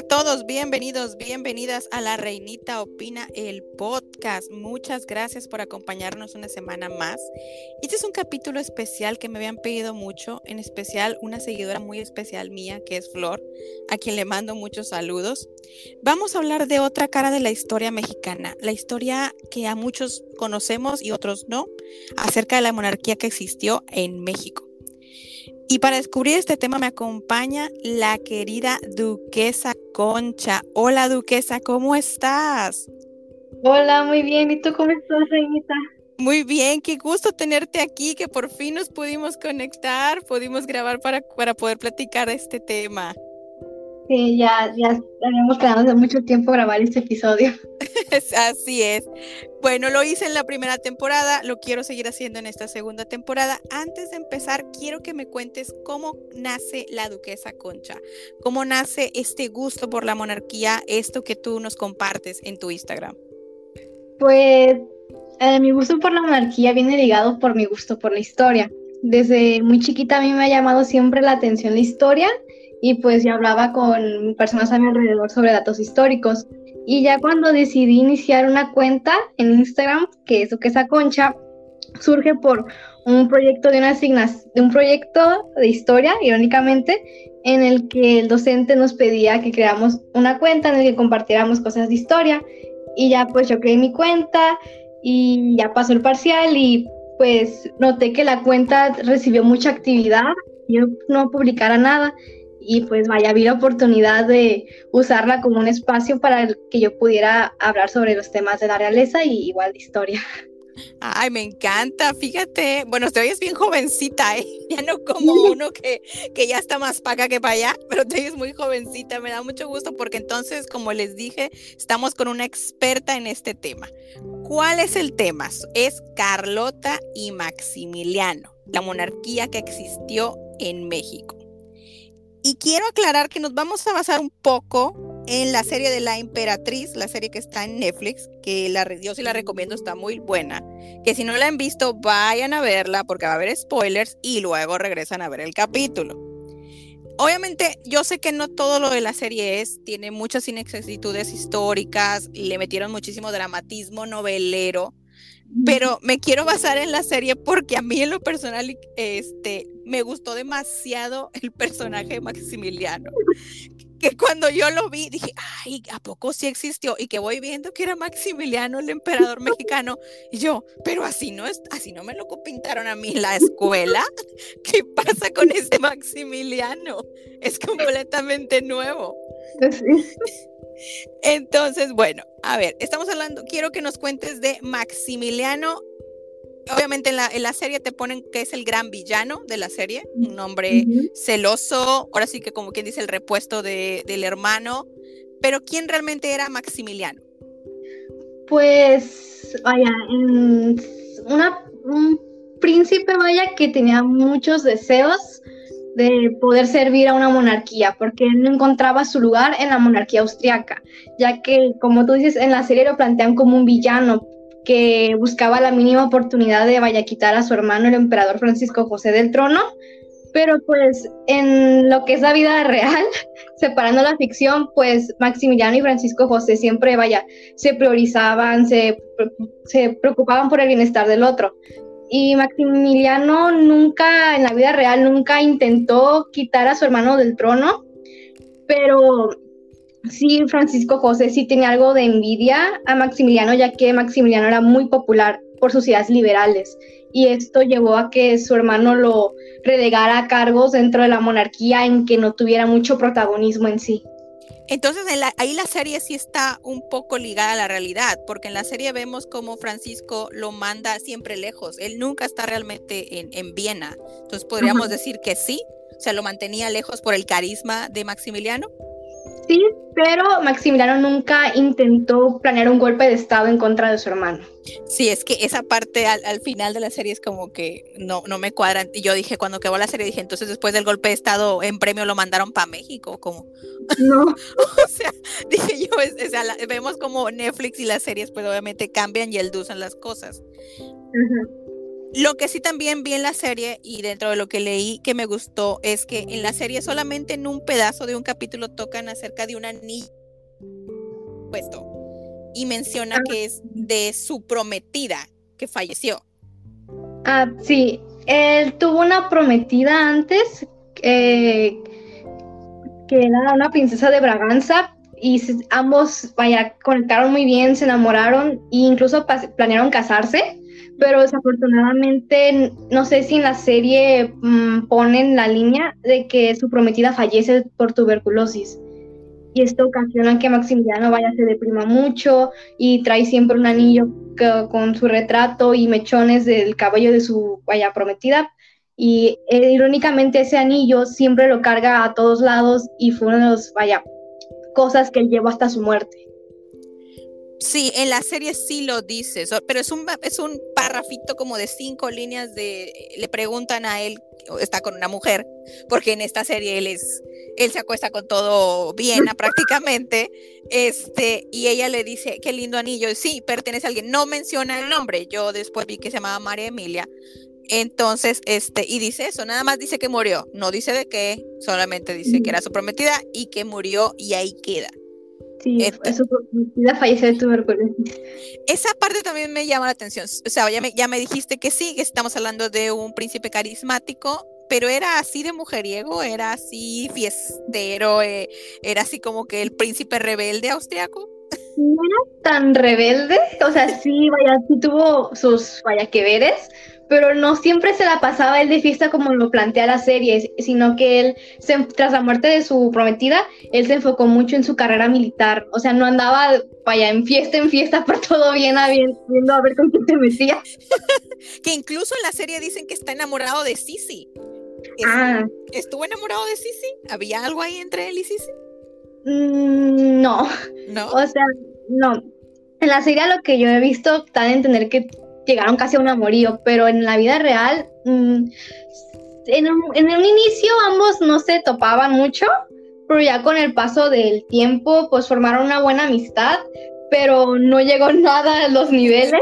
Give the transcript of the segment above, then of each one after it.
todos, bienvenidos, bienvenidas a La Reinita Opina, el podcast. Muchas gracias por acompañarnos una semana más. Este es un capítulo especial que me habían pedido mucho, en especial una seguidora muy especial mía, que es Flor, a quien le mando muchos saludos. Vamos a hablar de otra cara de la historia mexicana, la historia que a muchos conocemos y otros no, acerca de la monarquía que existió en México. Y para descubrir este tema me acompaña la querida Duquesa Concha. Hola Duquesa, ¿cómo estás? Hola, muy bien. ¿Y tú cómo estás, Reinita? Muy bien, qué gusto tenerte aquí, que por fin nos pudimos conectar, pudimos grabar para poder platicar de este tema. Sí, ya habíamos quedado hace mucho tiempo grabar este episodio. Así es. Bueno, lo hice en la primera temporada, lo quiero seguir haciendo en esta segunda temporada. Antes de empezar, quiero que me cuentes cómo nace la Duquesa Concha, cómo nace este gusto por la monarquía, esto que tú nos compartes en tu Instagram. Pues mi gusto por la monarquía viene ligado por mi gusto por la historia. Desde muy chiquita a mí me ha llamado siempre la atención la historia y pues ya hablaba con personas a mi alrededor sobre datos históricos. Y ya cuando decidí iniciar una cuenta en Instagram, que es Duquesa Concha, surge por un proyecto de un proyecto de historia, irónicamente, en el que el docente nos pedía que creáramos una cuenta en la que compartiéramos cosas de historia. Y ya pues yo creé mi cuenta y ya pasó el parcial y pues noté que la cuenta recibió mucha actividad, yo no publicara nada y pues vaya, vi la oportunidad de usarla como un espacio para que yo pudiera hablar sobre los temas de la realeza y igual de historia. Ay, me encanta, fíjate, bueno, te oyes bien jovencita, ¿eh? Ya no como uno que ya está más para acá que para allá, pero te oyes muy jovencita, me da mucho gusto porque entonces, como les dije, estamos con una experta en este tema. ¿Cuál es el tema? Es Carlota y Maximiliano, la monarquía que existió en México. Y quiero aclarar que nos vamos a basar un poco en la serie de La Emperatriz, la serie que está en Netflix, que yo sí la recomiendo, está muy buena. Que si no la han visto, vayan a verla porque va a haber spoilers y luego regresan a ver el capítulo. Obviamente, yo sé que no todo lo de la serie tiene muchas inexactitudes históricas, le metieron muchísimo dramatismo novelero, pero me quiero basar en la serie porque a mí en lo personal me gustó demasiado el personaje de Maximiliano, que cuando yo lo vi dije, ay, ¿a poco sí existió? Y que voy viendo que era Maximiliano, el emperador mexicano, y yo, pero así no me lo pintaron a mí en la escuela. ¿Qué pasa con este Maximiliano? Es completamente nuevo. Sí. Entonces, bueno, a ver, estamos hablando, quiero que nos cuentes de Maximiliano. Obviamente en la serie te ponen que es el gran villano de la serie, un hombre celoso, ahora sí que como quien dice el repuesto del hermano, pero ¿quién realmente era Maximiliano? Pues vaya, un príncipe vaya que tenía muchos deseos de poder servir a una monarquía, porque él no encontraba su lugar en la monarquía austriaca, ya que, como tú dices, en la serie lo plantean como un villano que buscaba la mínima oportunidad de vaya quitar a su hermano, el emperador Francisco José, del trono, pero pues en lo que es la vida real, separando la ficción, pues Maximiliano y Francisco José siempre, vaya, se priorizaban, se preocupaban por el bienestar del otro. Y Maximiliano nunca, en la vida real, nunca intentó quitar a su hermano del trono, pero sí, Francisco José sí tenía algo de envidia a Maximiliano, ya que Maximiliano era muy popular por sus ideas liberales, y esto llevó a que su hermano lo relegara a cargos dentro de la monarquía en que no tuviera mucho protagonismo en sí. Entonces ahí la serie sí está un poco ligada a la realidad, porque en la serie vemos cómo Francisco lo manda siempre lejos, él nunca está realmente en Viena, entonces podríamos decir que sí, o sea, lo mantenía lejos por el carisma de Maximiliano. Sí, pero Maximiliano nunca intentó planear un golpe de estado en contra de su hermano. Sí, es que esa parte al final de la serie es como que no me cuadran. Y yo dije, cuando acabó la serie, dije, entonces después del golpe de estado en premio lo mandaron para México, como. No. O sea, dije yo, o sea, vemos como Netflix y las series pues obviamente cambian y endulzan las cosas. Lo que sí también vi en la serie y dentro de lo que leí que me gustó es que en la serie solamente en un pedazo de un capítulo tocan acerca de una niña puesto y menciona que es de su prometida que falleció. Sí, él tuvo una prometida antes, que era una princesa de Braganza, y ambos, vaya, conectaron muy bien, se enamoraron e incluso planearon casarse, pero desafortunadamente no sé si en la serie ponen la línea de que su prometida fallece por tuberculosis. Y esto ocasiona que Maximiliano, vaya, se deprima mucho y trae siempre un anillo con su retrato y mechones del cabello de su, vaya, prometida. Y irónicamente ese anillo siempre lo carga a todos lados y fue una de las, vaya, cosas que él llevó hasta su muerte. Sí, en la serie sí lo dice, pero es un párrafito como de 5 líneas le preguntan a él, está con una mujer, porque en esta serie él se acuesta con todo Viena prácticamente, y ella le dice, qué lindo anillo, sí, pertenece a alguien, no menciona el nombre, yo después vi que se llamaba María Emilia, entonces, y dice eso, nada más dice que murió, no dice de qué, solamente dice que era su prometida y que murió y ahí queda. Sí, su prometida falleció de tuberculosis. Esa parte también me llama la atención, o sea, ya me dijiste que sí, que estamos hablando de un príncipe carismático, pero era así de mujeriego, era así fiestero, era así como que el príncipe rebelde austriaco. No era tan rebelde, o sea, sí, vaya, sí tuvo sus, vaya, que veres, pero no siempre se la pasaba él de fiesta como lo plantea la serie, sino que él, tras la muerte de su prometida, él se enfocó mucho en su carrera militar, o sea, no andaba, vaya, en fiesta por todo bien, viendo a ver con quién se metía. Que incluso en la serie dicen que está enamorado de Sisi. ¿Estuvo enamorado de Sisi? ¿Había algo ahí entre él y Sisi? No. ¿No? O sea, no. En la serie lo que yo he visto da a entender que llegaron casi a un amorío, pero en la vida real, en un inicio ambos no se topaban mucho, pero ya con el paso del tiempo, pues formaron una buena amistad, pero no llegó nada a los niveles.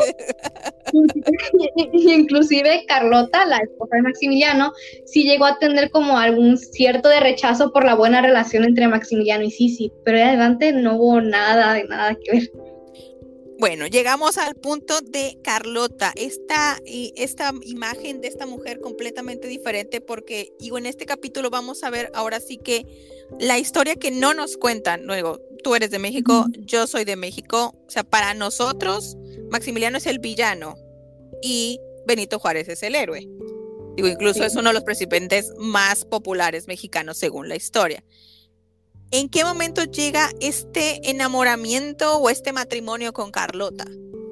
Inclusive Carlota, la esposa de Maximiliano, sí llegó a tener como algún cierto de rechazo por la buena relación entre Maximiliano y Sisi, pero adelante no hubo nada que ver. Bueno, llegamos al punto de Carlota, esta imagen de esta mujer completamente diferente, porque digo, en este capítulo vamos a ver ahora sí que la historia que no nos cuentan. Luego, tú eres de México, yo soy de México, o sea, para nosotros Maximiliano es el villano y Benito Juárez es el héroe. Digo, incluso es uno de los presidentes más populares mexicanos según la historia. ¿En qué momento llega este enamoramiento o este matrimonio con Carlota?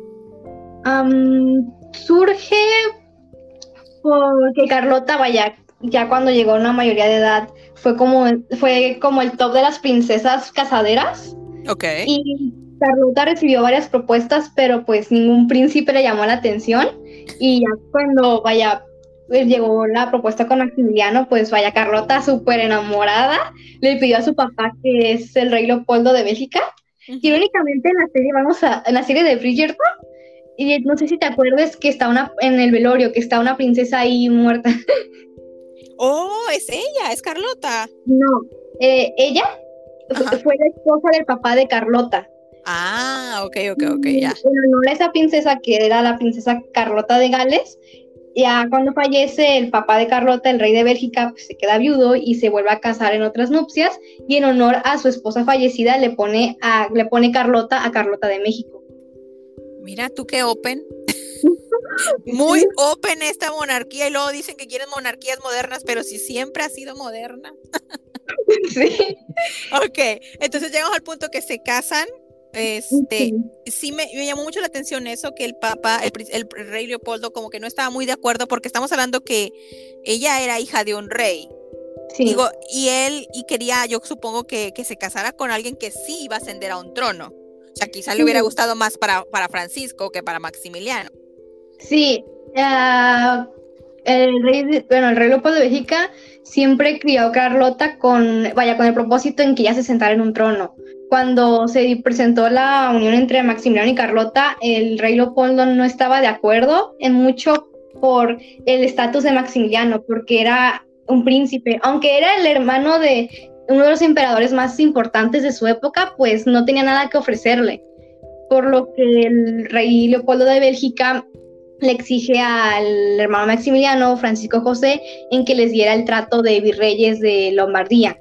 Surge porque Carlota, vaya, ya cuando llegó a una mayoría de edad, fue como el top de las princesas casaderas. Okay. Y Carlota recibió varias propuestas, pero pues ningún príncipe le llamó la atención. Y ya cuando, vaya, pues llegó la propuesta con Maximiliano, pues vaya, Carlota súper enamorada, le pidió a su papá, que es el rey Leopoldo de Bélgica. Uh-huh. Irónicamente en la serie de Bridgerton, y no sé si te acuerdas que está en el velorio, que está una princesa ahí muerta. Oh, es ella, es Carlota. No, ella fue la esposa del papá de Carlota. Ah, ok, ya. En honor a esa princesa, que era la princesa Carlota de Gales, ya cuando fallece el papá de Carlota, el rey de Bélgica, pues se queda viudo y se vuelve a casar en otras nupcias, y en honor a su esposa fallecida le pone Carlota a Carlota de México. Mira tú qué open. Muy open esta monarquía, y luego dicen que quieren monarquías modernas, pero si siempre ha sido moderna. Sí. Ok, entonces llegamos al punto que se casan. Sí me llamó mucho la atención eso, que el papa, el rey Leopoldo, como que no estaba muy de acuerdo, porque estamos hablando que ella era hija de un rey. Sí. Digo, y él quería, yo supongo que se casara con alguien que sí iba a ascender a un trono. O sea, quizás le hubiera gustado más para Francisco que para Maximiliano. Sí, el rey Leopoldo de Bélgica siempre crió a Carlota con el propósito en que ella se sentara en un trono. Cuando se presentó la unión entre Maximiliano y Carlota, el rey Leopoldo no estaba de acuerdo en mucho, por el estatus de Maximiliano, porque era un príncipe, aunque era el hermano de uno de los emperadores más importantes de su época, pues no tenía nada que ofrecerle, por lo que el rey Leopoldo de Bélgica le exige al hermano Maximiliano, Francisco José, en que les diera el trato de virreyes de Lombardía.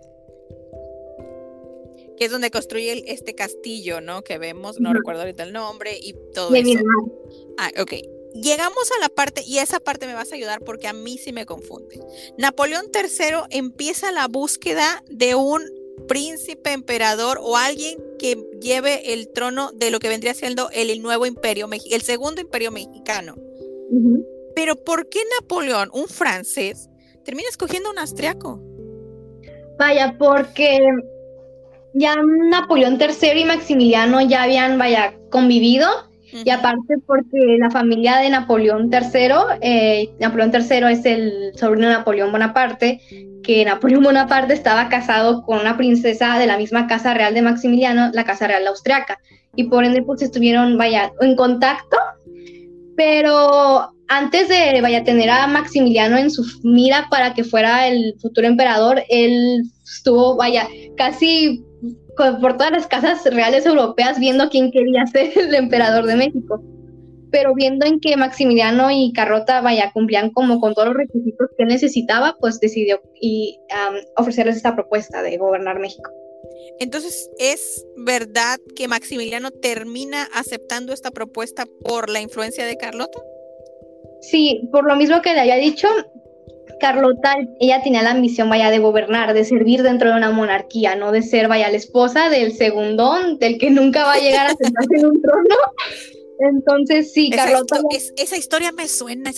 Que es donde construye este castillo, ¿no? Que vemos, no recuerdo ahorita el nombre y todo De eso. Miramar. Ok. Llegamos a la parte, y esa parte me vas a ayudar porque a mí sí me confunde. Napoleón III empieza la búsqueda de un príncipe, emperador o alguien que lleve el trono de lo que vendría siendo el nuevo imperio, el segundo imperio mexicano. Pero ¿por qué Napoleón, un francés, termina escogiendo un austriaco? Vaya, porque ya Napoleón III y Maximiliano ya habían, convivido. Y aparte porque la familia de Napoleón III, Napoleón III es el sobrino de Napoleón Bonaparte, que Napoleón Bonaparte estaba casado con una princesa de la misma casa real de Maximiliano, la casa real austriaca, y por ende pues estuvieron, en contacto, pero antes de, tener a Maximiliano en su mira para que fuera el futuro emperador, él estuvo, casi por todas las casas reales europeas viendo quién quería ser el emperador de México, pero viendo en que Maximiliano y Carlota cumplían como con todos los requisitos que necesitaba, pues decidió ofrecerles esta propuesta de gobernar México. Entonces, ¿es verdad que Maximiliano termina aceptando esta propuesta por la influencia de Carlota? Sí, por lo mismo que le había dicho, Carlota, ella tenía la ambición, de gobernar, de servir dentro de una monarquía, no de ser, la esposa del segundón, del que nunca va a llegar a sentarse en un trono. Entonces, sí, Carlota... Esa historia me suena.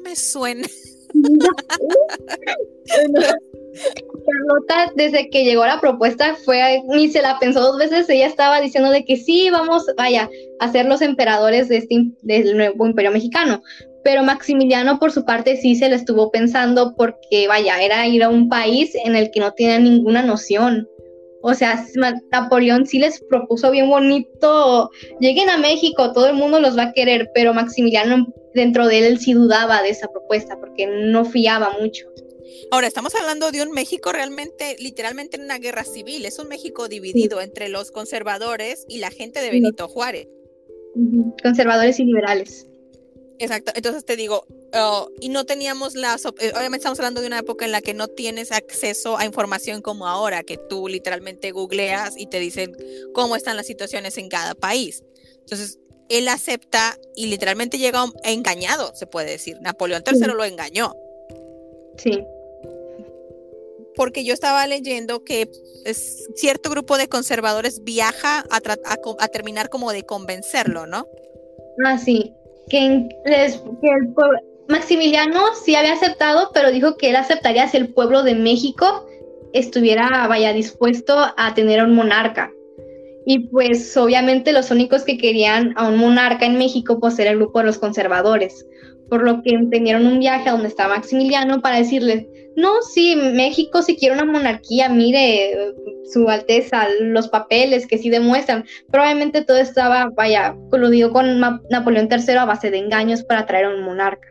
Carlota, desde que llegó la propuesta, ni se la pensó dos veces, ella estaba diciendo de que sí, vamos, a ser los emperadores del nuevo imperio mexicano. Pero Maximiliano, por su parte, sí se lo estuvo pensando porque, era ir a un país en el que no tenía ninguna noción. O sea, Napoleón sí les propuso bien bonito, lleguen a México, todo el mundo los va a querer, pero Maximiliano dentro de él sí dudaba de esa propuesta porque no fiaba mucho. Ahora, estamos hablando de un México realmente, literalmente en una guerra civil, es un México dividido entre los conservadores y la gente de Benito Juárez. Conservadores y liberales. Exacto, entonces te digo, y no teníamos obviamente estamos hablando de una época en la que no tienes acceso a información como ahora, que tú literalmente googleas y te dicen cómo están las situaciones en cada país. Entonces, él acepta y literalmente llega engañado, se puede decir. Napoleón III lo engañó. Sí. Porque yo estaba leyendo que cierto grupo de conservadores viaja a terminar como de convencerlo, ¿no? Ah, sí. Maximiliano sí había aceptado, pero dijo que él aceptaría si el pueblo de México estuviera, dispuesto a tener a un monarca. Y pues obviamente los únicos que querían a un monarca en México pues era el grupo de los conservadores, por lo que emprendieron un viaje a donde estaba Maximiliano para decirle, no, sí, México sí quiere una monarquía, mire, su alteza, los papeles que sí demuestran, pero obviamente todo estaba, coludido con Napoleón III a base de engaños para traer a un monarca.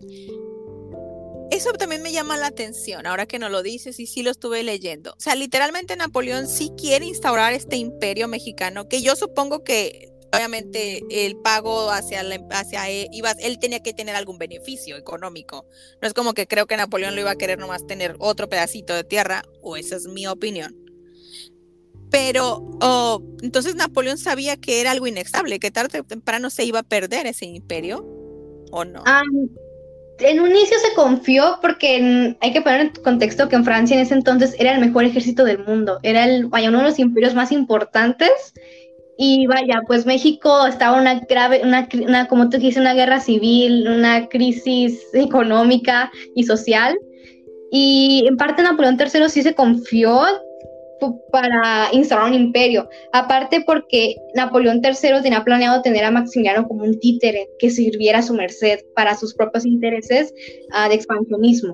Eso también me llama la atención, ahora que nos lo dices, y sí lo estuve leyendo. O sea, literalmente Napoleón sí quiere instaurar este imperio mexicano, que yo supongo que obviamente el pago él tenía que tener algún beneficio económico. No es como que creo que Napoleón lo iba a querer nomás tener otro pedacito de tierra, o esa es mi opinión. Pero entonces Napoleón sabía que era algo inestable, que tarde o temprano se iba a perder ese imperio, ¿o no? En un inicio se confió porque hay que poner en contexto que en Francia en ese entonces era el mejor ejército del mundo, era uno de los imperios más importantes y pues México estaba como tú dijiste, una guerra civil, una crisis económica y social y en parte Napoleón III sí se confió para instaurar un imperio, aparte porque Napoleón III tenía planeado tener a Maximiliano como un títere que sirviera a su merced para sus propios intereses de expansionismo.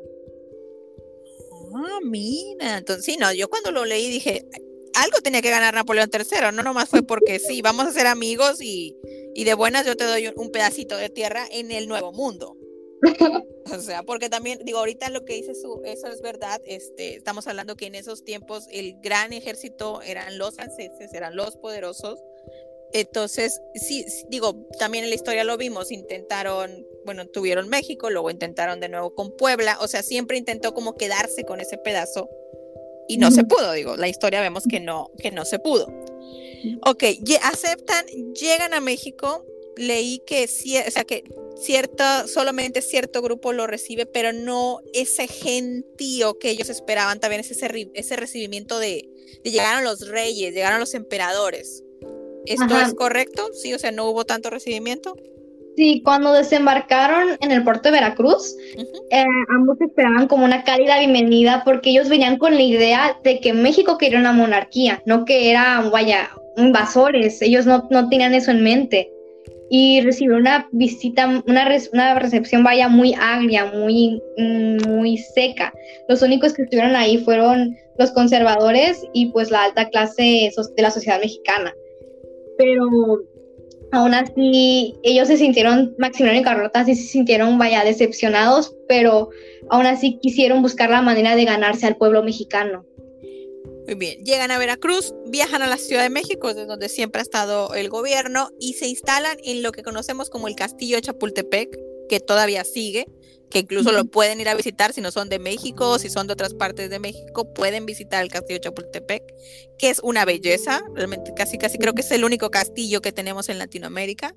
Mira, entonces sí, no, yo cuando lo leí dije, algo tenía que ganar Napoleón III, no nomás fue porque sí, vamos a ser amigos y de buenas yo te doy un pedacito de tierra en el Nuevo Mundo. O sea, porque también, digo, ahorita lo que dice eso es verdad, estamos hablando que en esos tiempos el gran ejército eran los franceses, eran los poderosos. Entonces, sí, digo, también en la historia lo vimos, tuvieron México, luego intentaron de nuevo con Puebla, o sea, siempre intentó como quedarse con ese pedazo y no se pudo, digo, la historia vemos que no se pudo. Ok, aceptan, llegan a México, leí que solamente cierto grupo lo recibe, pero no ese gentío que ellos esperaban, también es ese recibimiento de llegaron los reyes, llegaron los emperadores. ¿Esto Ajá. es correcto? Sí, o sea, no hubo tanto recibimiento. Sí, cuando desembarcaron en el puerto de Veracruz, ambos esperaban como una cálida bienvenida porque ellos venían con la idea de que México quería una monarquía, no que eran, invasores. Ellos no tenían eso en mente. Y recibieron una visita, una recepción, muy agria, muy seca. Los únicos que estuvieron ahí fueron los conservadores y pues la alta clase de la sociedad mexicana. Pero aún así, ellos Maximiliano y Carlota sí se sintieron, decepcionados, pero aún así quisieron buscar la manera de ganarse al pueblo mexicano. Muy bien, llegan a Veracruz, viajan a la Ciudad de México, desde donde siempre ha estado el gobierno, y se instalan en lo que conocemos como el Castillo de Chapultepec, que todavía sigue, que incluso lo pueden ir a visitar si no son de México, si son de otras partes de México, pueden visitar el Castillo de Chapultepec, que es una belleza, realmente casi creo que es el único castillo que tenemos en Latinoamérica.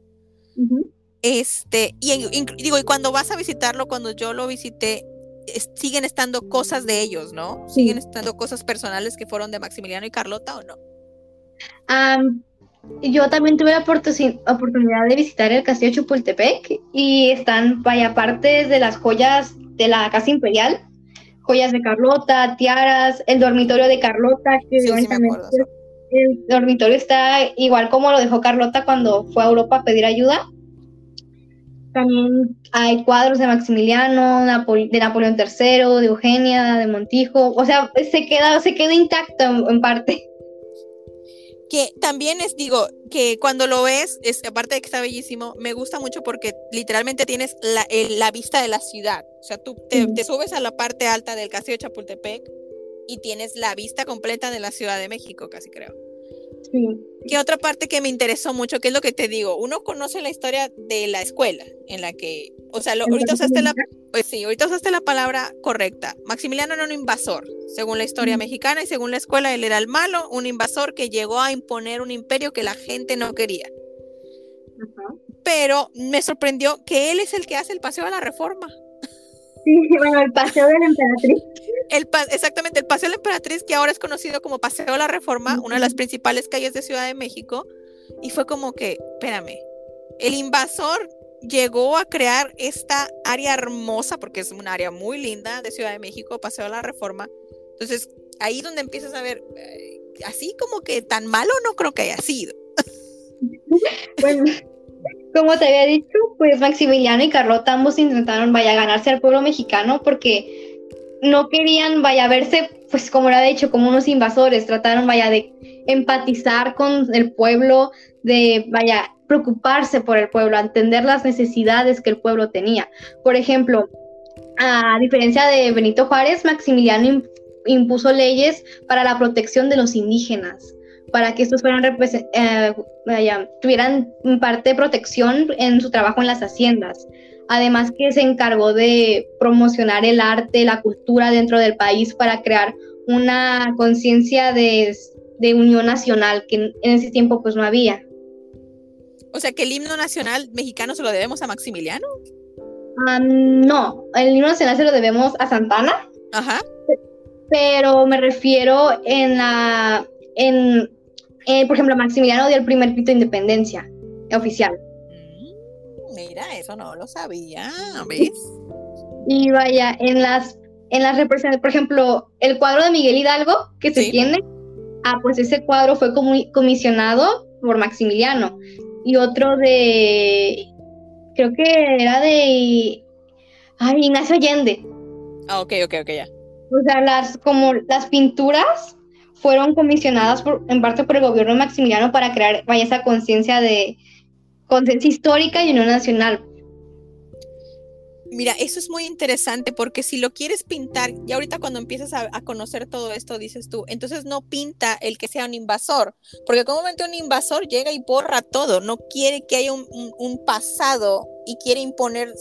Y cuando vas a visitarlo, cuando yo lo visité, siguen estando cosas de ellos, ¿no? Sí. ¿Siguen estando cosas personales que fueron de Maximiliano y Carlota o no? Yo también tuve la oportunidad de visitar el Castillo de Chapultepec y están, partes de las joyas de la Casa Imperial, joyas de Carlota, tiaras, el dormitorio de Carlota, que sí, me acuerdo. El dormitorio está igual como lo dejó Carlota cuando fue a Europa a pedir ayuda. También hay cuadros de Maximiliano, de Napoleón III, de Eugenia, de Montijo, o sea, se queda intacto en parte. Que también que cuando lo ves, aparte de que está bellísimo, me gusta mucho porque literalmente tienes la vista de la ciudad. O sea, tú te subes a la parte alta del Castillo de Chapultepec y tienes la vista completa de la Ciudad de México, casi creo. Sí. Que otra parte que me interesó mucho, que es lo que te digo, uno conoce la historia de la escuela, en la que, o sea, ahorita usaste la palabra correcta. Maximiliano era un invasor, según la historia mexicana, y según la escuela, él era el malo, un invasor que llegó a imponer un imperio que la gente no quería. Pero me sorprendió que él es el que hace el Paseo de la Reforma. Sí, bueno, el Paseo de la Emperatriz. Exactamente, el Paseo de la Emperatriz, que ahora es conocido como Paseo de la Reforma, una de las principales calles de Ciudad de México, y fue como que, espérame, el invasor llegó a crear esta área hermosa, porque es un área muy linda de Ciudad de México, Paseo de la Reforma. Entonces, ahí es donde empiezas a ver, así como que tan malo no creo que haya sido. Bueno, como te había dicho, pues Maximiliano y Carlota ambos intentaron, ganarse al pueblo mexicano porque no querían, verse, pues como lo ha dicho, como unos invasores. Trataron, de empatizar con el pueblo, de, preocuparse por el pueblo, entender las necesidades que el pueblo tenía. Por ejemplo, a diferencia de Benito Juárez, Maximiliano impuso leyes para la protección de los indígenas, para que estos tuvieran parte de protección en su trabajo en las haciendas. Además que se encargó de promocionar el arte, la cultura dentro del país para crear una conciencia de unión nacional que en ese tiempo pues no había. O sea, que el himno nacional mexicano se lo debemos a Maximiliano. No, el himno nacional se lo debemos a Santana. Ajá. Pero me refiero por ejemplo, Maximiliano dio el primer grito de independencia oficial. Mira, eso no lo sabía, ¿ves? Y en las representaciones, por ejemplo, el cuadro de Miguel Hidalgo que se tiene, pues ese cuadro fue comisionado por Maximiliano. Y otro creo que era de Ignacio Allende. Ok, ya. O sea, las pinturas fueron comisionadas en parte por el gobierno de Maximiliano para crear esa conciencia histórica y unión nacional. Mira, eso es muy interesante porque si lo quieres pintar, ya ahorita cuando empiezas a conocer todo esto, dices tú, entonces no pinta el que sea un invasor, porque comúnmente un invasor llega y borra todo, no quiere que haya un pasado y quiere imponer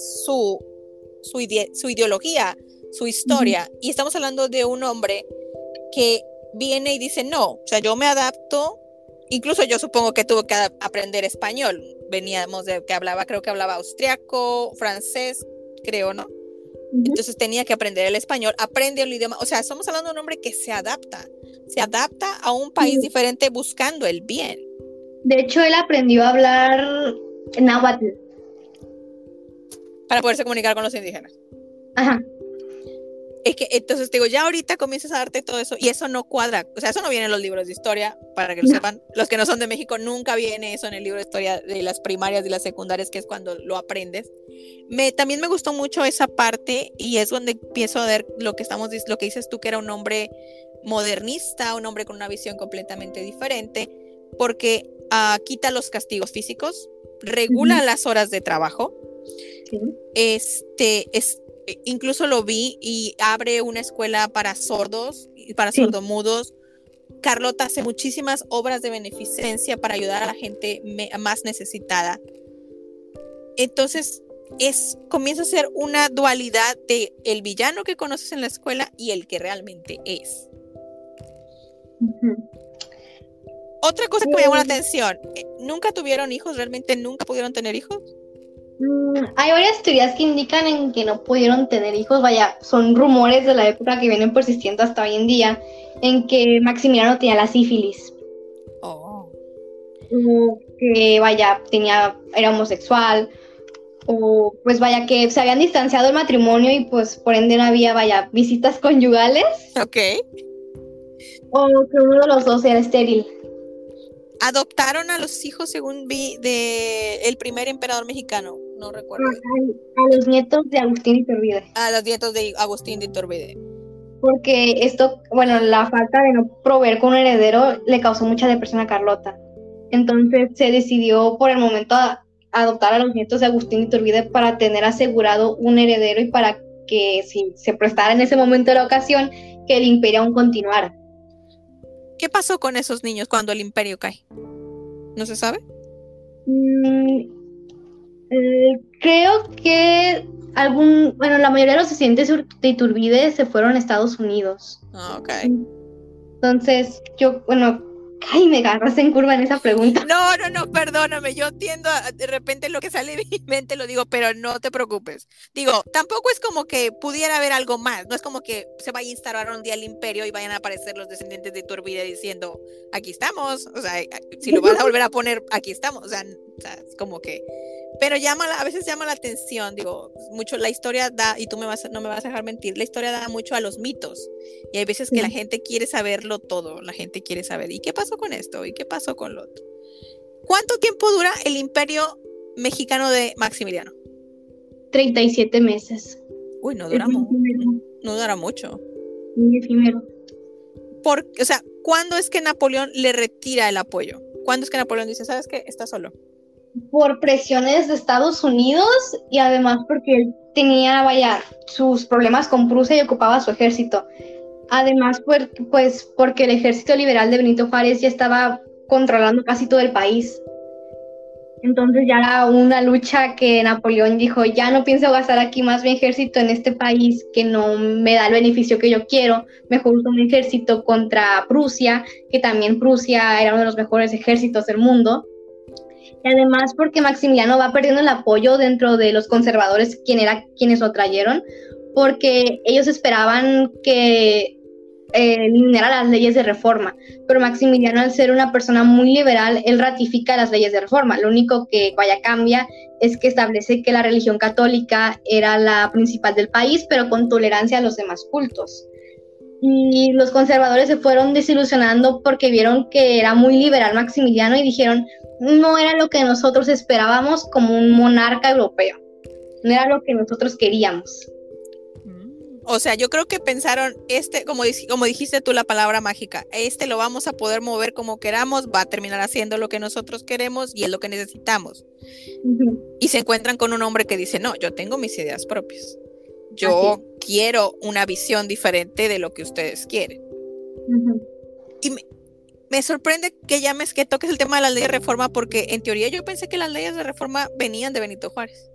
su ideología, su historia. Y estamos hablando de un hombre que viene y dice, no, o sea, yo me adapto, incluso yo supongo que tuvo que aprender español, veníamos de que hablaba, creo que hablaba austriaco, francés, creo, ¿no? Entonces tenía que aprender el español, aprende el idioma, o sea, estamos hablando de un hombre que se adapta a un país diferente buscando el bien. De hecho, él aprendió a hablar náhuatl. Para poderse comunicar con los indígenas. Ajá. Es que entonces digo, ya ahorita comienzas a darte todo eso y eso no cuadra, o sea, eso no viene en los libros de historia, para que lo sepan, los que no son de México, nunca viene eso en el libro de historia de las primarias y las secundarias, que es cuando lo aprendes. También me gustó mucho esa parte y es donde empiezo a ver lo que dices tú, que era un hombre modernista, un hombre con una visión completamente diferente, porque quita los castigos físicos, regula las horas de trabajo, incluso lo vi y abre una escuela para sordos y para sordomudos. Carlota hace muchísimas obras de beneficencia para ayudar a la gente más necesitada. Entonces comienza a ser una dualidad de el villano que conoces en la escuela y el que realmente es. Otra cosa que me llamó la atención, ¿nunca tuvieron hijos? ¿Realmente nunca pudieron tener hijos? Hay varias teorías que indican en que no pudieron tener hijos, vaya, son rumores de la época que vienen persistiendo hasta hoy en día, en que Maximiliano tenía la sífilis. O que, vaya, era homosexual, o pues vaya, que se habían distanciado del matrimonio y pues por ende no había, vaya, visitas conyugales. Ok. O que uno de los dos era estéril. Adoptaron a los hijos, según vi, del primer emperador mexicano, no recuerdo. A los nietos de Agustín de Iturbide. A los nietos de Agustín de Iturbide. Porque esto, bueno, la falta de no proveer con un heredero le causó mucha depresión a Carlota. Entonces se decidió por el momento a adoptar a los nietos de Agustín de Iturbide para tener asegurado un heredero y para que si se prestara en ese momento la ocasión, que el imperio aún continuara. ¿Qué pasó con esos niños cuando el imperio cae? ¿No se sabe? Creo que la mayoría de los descendientes de Iturbide se fueron a Estados Unidos. Ok. Entonces, me agarras en curva en esa pregunta. No, perdóname, yo tiendo de repente lo que sale de mi mente lo digo, pero no te preocupes. Digo, tampoco es como que pudiera haber algo más, no es como que se vaya a instalar un día el imperio y vayan a aparecer los descendientes de Iturbide diciendo, aquí estamos, o sea, si lo van a volver a poner, aquí estamos, o sea es como que, pero a veces llama la atención, digo, mucho la historia da, y tú no me vas a dejar mentir, la historia da mucho a los mitos, y hay veces que la gente quiere saberlo todo, la gente quiere saber, ¿y qué pasó con esto? ¿Y qué pasó con lo otro? ¿Cuánto tiempo dura el imperio mexicano de Maximiliano? 37 meses. Uy, no dura mucho. Muy efímero. O sea, ¿cuándo es que Napoleón le retira el apoyo? ¿Cuándo es que Napoleón dice, sabes qué, está solo? Por presiones de Estados Unidos y además porque él tenía, sus problemas con Prusia y ocupaba su ejército. Además, pues porque el ejército liberal de Benito Juárez ya estaba controlando casi todo el país. Entonces ya era una lucha que Napoleón dijo, ya no pienso gastar aquí más mi ejército en este país que no me da el beneficio que yo quiero, mejor uso un ejército contra Prusia, que también Prusia era uno de los mejores ejércitos del mundo. Y además porque Maximiliano va perdiendo el apoyo dentro de los conservadores, quienes lo trajeron, porque ellos esperaban que eliminara las leyes de reforma, pero Maximiliano, al ser una persona muy liberal, él ratifica las leyes de reforma. Lo único que cambia es que establece que la religión católica era la principal del país, pero con tolerancia a los demás cultos. Y los conservadores se fueron desilusionando porque vieron que era muy liberal Maximiliano y dijeron, no era lo que nosotros esperábamos como un monarca europeo, no era lo que nosotros queríamos. O sea, yo creo que pensaron, como dijiste tú la palabra mágica, lo vamos a poder mover como queramos, va a terminar haciendo lo que nosotros queremos y es lo que necesitamos. Ujú. Y se encuentran con un hombre que dice, no, yo tengo mis ideas propias. Yo quiero una visión diferente de lo que ustedes quieren. Ujú. Y me sorprende que toques el tema de las leyes de reforma, porque en teoría yo pensé que las leyes de reforma venían de Benito Juárez.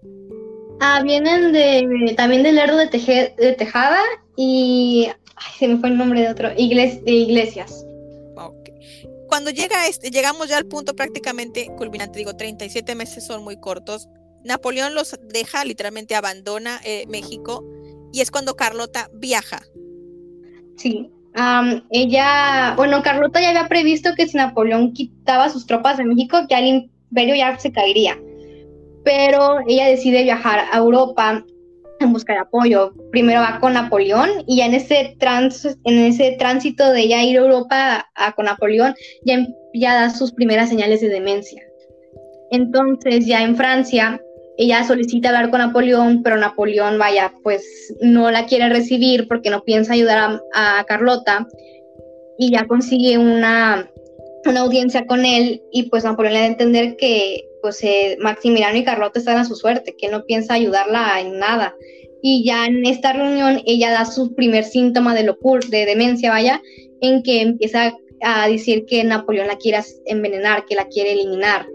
Vienen también de Lerdo de Tejada y se me fue el nombre de otro, de Iglesias. Okay. Cuando llegamos ya al punto prácticamente culminante, digo, 37 meses son muy cortos. Napoleón los deja, literalmente abandona México, y es cuando Carlota viaja. Sí. Carlota ya había previsto que si Napoleón quitaba sus tropas de México, ya el imperio ya se caería. Pero ella decide viajar a Europa en busca de apoyo. Primero va con Napoleón y ya en ese tránsito de ella ir a Europa con Napoleón, ya da sus primeras señales de demencia. Entonces ya en Francia ella solicita hablar con Napoleón, pero Napoleón, pues no la quiere recibir porque no piensa ayudar a Carlota, y ya consigue una audiencia con él, y pues Napoleón le da a entender que pues Maximiliano y Carlota están a su suerte, que no piensa ayudarla en nada. Y ya en esta reunión ella da su primer síntoma de demencia, en que empieza a decir que Napoleón la quiere envenenar, que la quiere eliminar.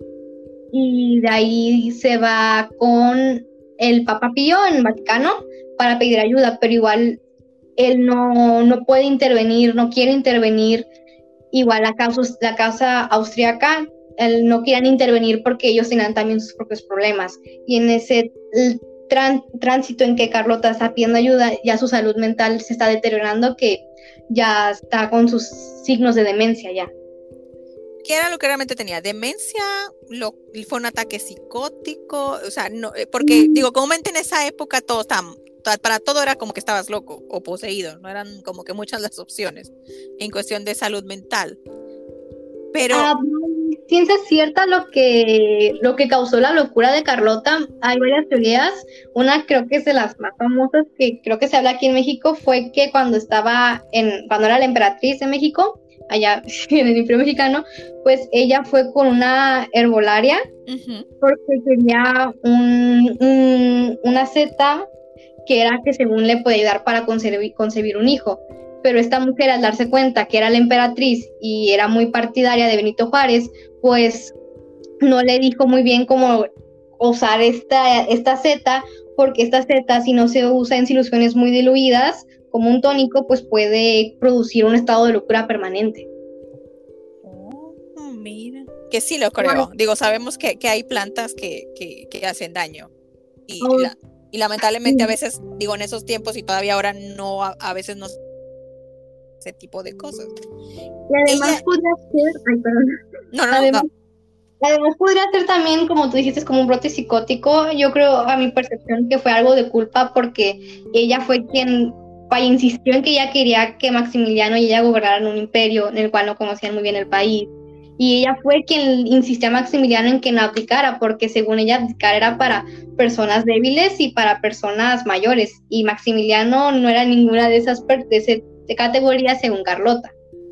Y de ahí se va con el Papa Pío en el Vaticano para pedir ayuda, pero igual él no puede intervenir, no quiere intervenir. Igual la causa austríaca, no querían intervenir porque ellos tenían también sus propios problemas. Y en ese tránsito en que Carlota está pidiendo ayuda, ya su salud mental se está deteriorando, que ya está con sus signos de demencia ya. ¿Qué era lo que realmente tenía? ¿Demencia? ¿Fue un ataque psicótico? O sea, no, porque digo, comúnmente en esa época para todo era como que estabas loco o poseído, no eran como que muchas las opciones en cuestión de salud mental. Pero ciencia cierta lo que causó la locura de Carlota, hay varias teorías. Una, creo que es de las más famosas, que creo que se habla aquí en México, fue que cuando era la emperatriz de México, allá en el Imperio Mexicano, pues ella fue con una herbolaria, porque tenía una seta que era que según le podía ayudar para concebir un hijo. Pero esta mujer, al darse cuenta que era la emperatriz y era muy partidaria de Benito Juárez, pues no le dijo muy bien cómo usar esta seta, porque esta seta, si no se usa en soluciones muy diluidas, como un tónico, pues puede producir un estado de locura permanente. Mira, que sí lo creo. Bueno, digo, sabemos que hay plantas que hacen daño. Y lamentablemente a veces, digo, en esos tiempos y todavía ahora no, a veces no ese tipo de cosas. Y además podría ser, además podría ser también, como tú dijiste, como un brote psicótico. Yo creo, a mi percepción, que fue algo de culpa, porque ella fue quien insistió en que ella quería que Maximiliano y ella gobernaran un imperio en el cual no conocían muy bien el país. Y ella fue quien insistió a Maximiliano en que no abdicara, porque según ella abdicar era para personas débiles y para personas mayores, y Maximiliano no era ninguna de esas de categoría según Carlota.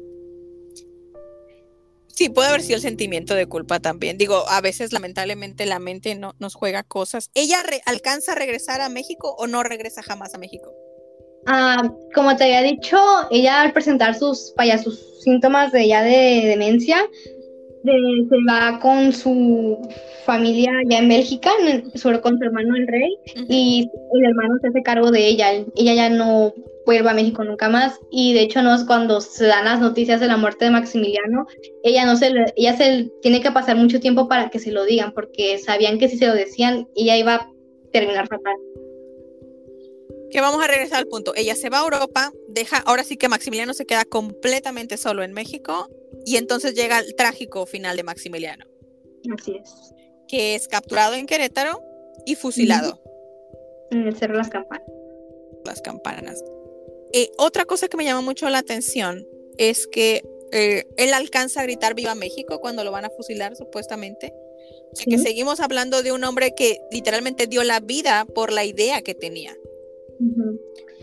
Sí, puede haber sido el sentimiento de culpa también. Digo, a veces lamentablemente la mente nos juega cosas. ¿Ella alcanza a regresar a México o no regresa jamás a México? Como te había dicho, ella al presentar sus síntomas de demencia, se va con su familia ya en Bélgica, con su hermano el rey, y el hermano se hace cargo de ella. Ella ya no vuelve a México nunca más, y de hecho cuando se dan las noticias de la muerte de Maximiliano, ella se tiene que pasar mucho tiempo para que se lo digan, porque sabían que si se lo decían, ella iba a terminar fatal. Que vamos a regresar al punto. Ella se va a Europa, ahora sí que Maximiliano se queda completamente solo en México, y entonces llega el trágico final de Maximiliano. Así es. Que es capturado en Querétaro y fusilado. En el Cerro Las Campanas. Las Campanas. Otra cosa que me llama mucho la atención es que él alcanza a gritar "Viva México" cuando lo van a fusilar, supuestamente. Que seguimos hablando de un hombre que literalmente dio la vida por la idea que tenía. Ujú.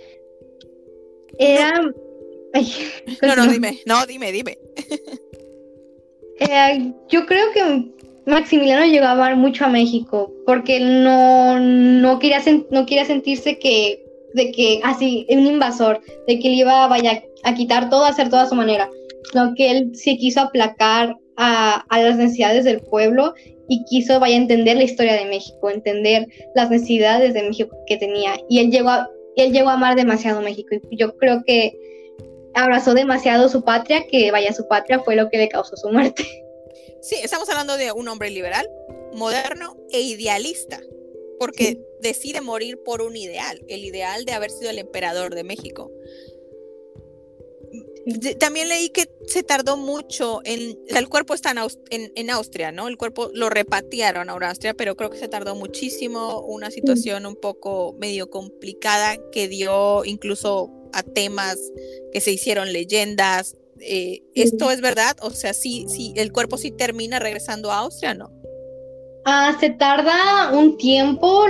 No, Era... Ay, no, continúa. dime. Yo creo que Maximiliano llegó a amar mucho a México porque él no quería sentirse de que así, un invasor, de que él iba vaya, a quitar todo, a hacer todo a su manera, sino que él se quiso aplacar a las necesidades del pueblo y quiso vaya a entender la historia de México, entender las necesidades de México que tenía. Y él llegó a amar demasiado México. Y yo creo que abrazó demasiado su patria, que vaya, su patria fue lo que le causó su muerte. Sí, estamos hablando de un hombre liberal, moderno e idealista, porque Sí. decide morir por un ideal, el ideal de haber sido el emperador de México. Sí. También leí que se tardó mucho el cuerpo está en Austria, ¿no? El cuerpo lo repatriaron a Austria, pero creo que se tardó muchísimo, una situación un poco medio complicada que dio incluso a temas que se hicieron leyendas. ¿Esto es verdad? O sea, sí, el cuerpo sí termina regresando a Austria, ¿no? Se tarda un tiempo.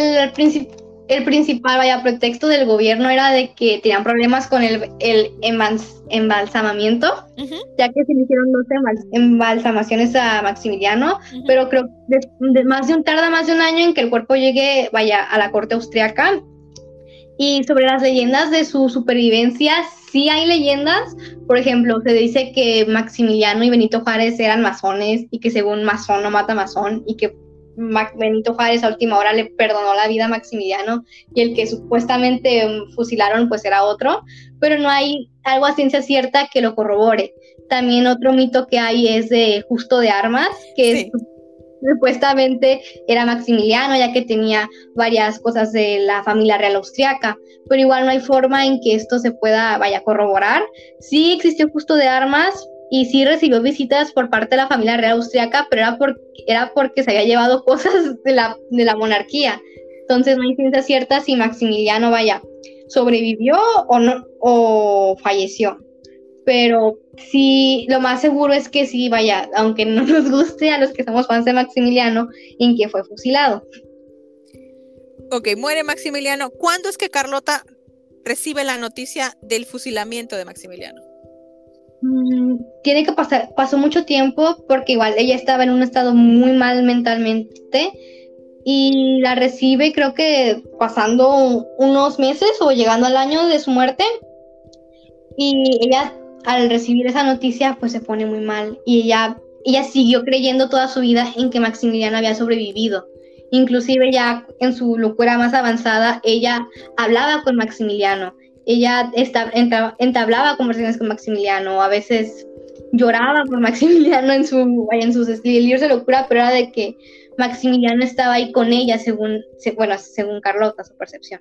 El principal vaya pretexto del gobierno era de que tenían problemas con el embalsamamiento, ya que se le hicieron 2 embalsamaciones a Maximiliano, pero creo que tarda más de un año en que el cuerpo llegue vaya a la corte austriaca. Y sobre las leyendas de su supervivencia, sí hay leyendas. Por ejemplo, se dice que Maximiliano y Benito Juárez eran masones y que según masón no mata masón y que Benito Juárez a última hora le perdonó la vida a Maximiliano y el que supuestamente fusilaron pues era otro, pero no hay algo a ciencia cierta que lo corrobore. También otro mito que hay es de Justo de Armas, que sí. Supuestamente era Maximiliano, ya que tenía varias cosas de la familia real austriaca, pero igual no hay forma en que esto se pueda, vaya, corroborar. Sí existió Justo de Armas y sí recibió visitas por parte de la familia real austriaca, pero era porque se había llevado cosas de la monarquía. Entonces no hay ciencia cierta si Maximiliano, vaya, sobrevivió o no, o falleció. Pero sí, lo más seguro es que sí, vaya, aunque no nos guste a los que somos fans de Maximiliano, en que fue fusilado. Ok, muere Maximiliano. ¿Cuándo es que Carlota recibe la noticia del fusilamiento de Maximiliano? Tiene que pasó mucho tiempo porque igual ella estaba en un estado muy mal mentalmente y la recibe creo que pasando unos meses o llegando al año de su muerte, y ella al recibir esa noticia pues se pone muy mal y ella siguió creyendo toda su vida en que Maximiliano había sobrevivido. Inclusive ya en su locura más avanzada, ella hablaba con Maximiliano, ella entablaba conversaciones con Maximiliano, a veces lloraba por Maximiliano en sus delirios de locura, pero era de que Maximiliano estaba ahí con ella según Carlota, su percepción.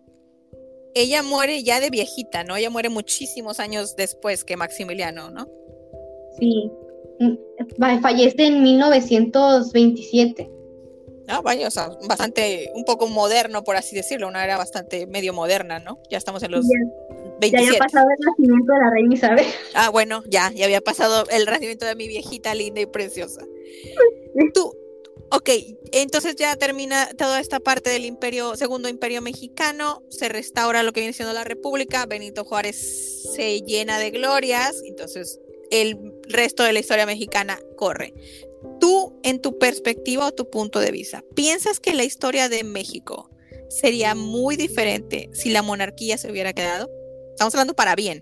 Ella muere ya de viejita, ¿no? Ella muere muchísimos años después que Maximiliano, ¿no? Sí, fallece en 1927. Ah, vaya, o sea, un poco moderno, por así decirlo, una era bastante medio moderna, ¿no? Ya estamos en los 27. Ya había pasado el nacimiento de la reina Isabel. Ah, bueno, ya había pasado el nacimiento de mi viejita linda y preciosa. Ok, entonces ya termina toda esta parte del segundo imperio mexicano, se restaura lo que viene siendo la república, Benito Juárez se llena de glorias, entonces el resto de la historia mexicana corre. Tú, en tu perspectiva o tu punto de vista, ¿piensas que la historia de México sería muy diferente si la monarquía se hubiera quedado? Estamos hablando para bien.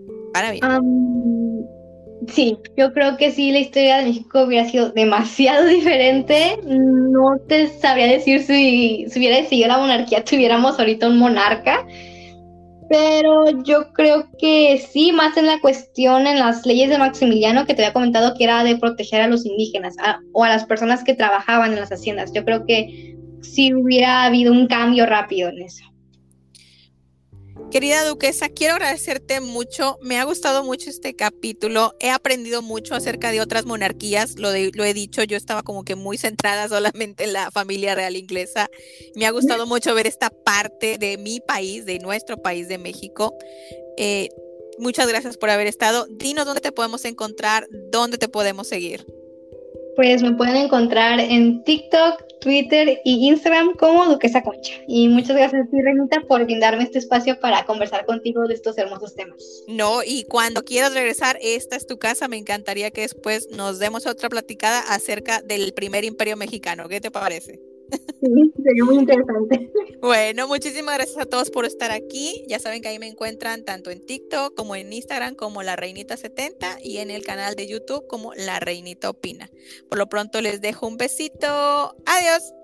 Sí, yo creo que sí, la historia de México hubiera sido demasiado diferente. No te sabría decir si hubiera seguido la monarquía, tuviéramos ahorita un monarca. Pero yo creo que sí, más en la cuestión, en las leyes de Maximiliano que te había comentado que era de proteger a los indígenas o a las personas que trabajaban en las haciendas. Yo creo que sí hubiera habido un cambio rápido en eso. Querida duquesa, quiero agradecerte mucho, me ha gustado mucho este capítulo, he aprendido mucho acerca de otras monarquías, lo he dicho, yo estaba como que muy centrada solamente en la familia real inglesa, me ha gustado mucho ver esta parte de mi país, de nuestro país de México. Muchas gracias por haber estado, dinos dónde te podemos encontrar, dónde te podemos seguir. Pues me pueden encontrar en TikTok Twitter y Instagram como Duquesa Concha. Y muchas gracias a ti, Renita, por brindarme este espacio para conversar contigo de estos hermosos temas. No, y cuando quieras regresar, esta es tu casa. Me encantaría que después nos demos otra platicada acerca del primer imperio mexicano. ¿Qué te parece? Sí, sería muy interesante. Bueno, muchísimas gracias a todos por estar aquí. Ya saben que ahí me encuentran tanto en TikTok como en Instagram como La Reinita 70 y en el canal de YouTube como La Reinita Opina. Por lo pronto les dejo un besito. Adiós.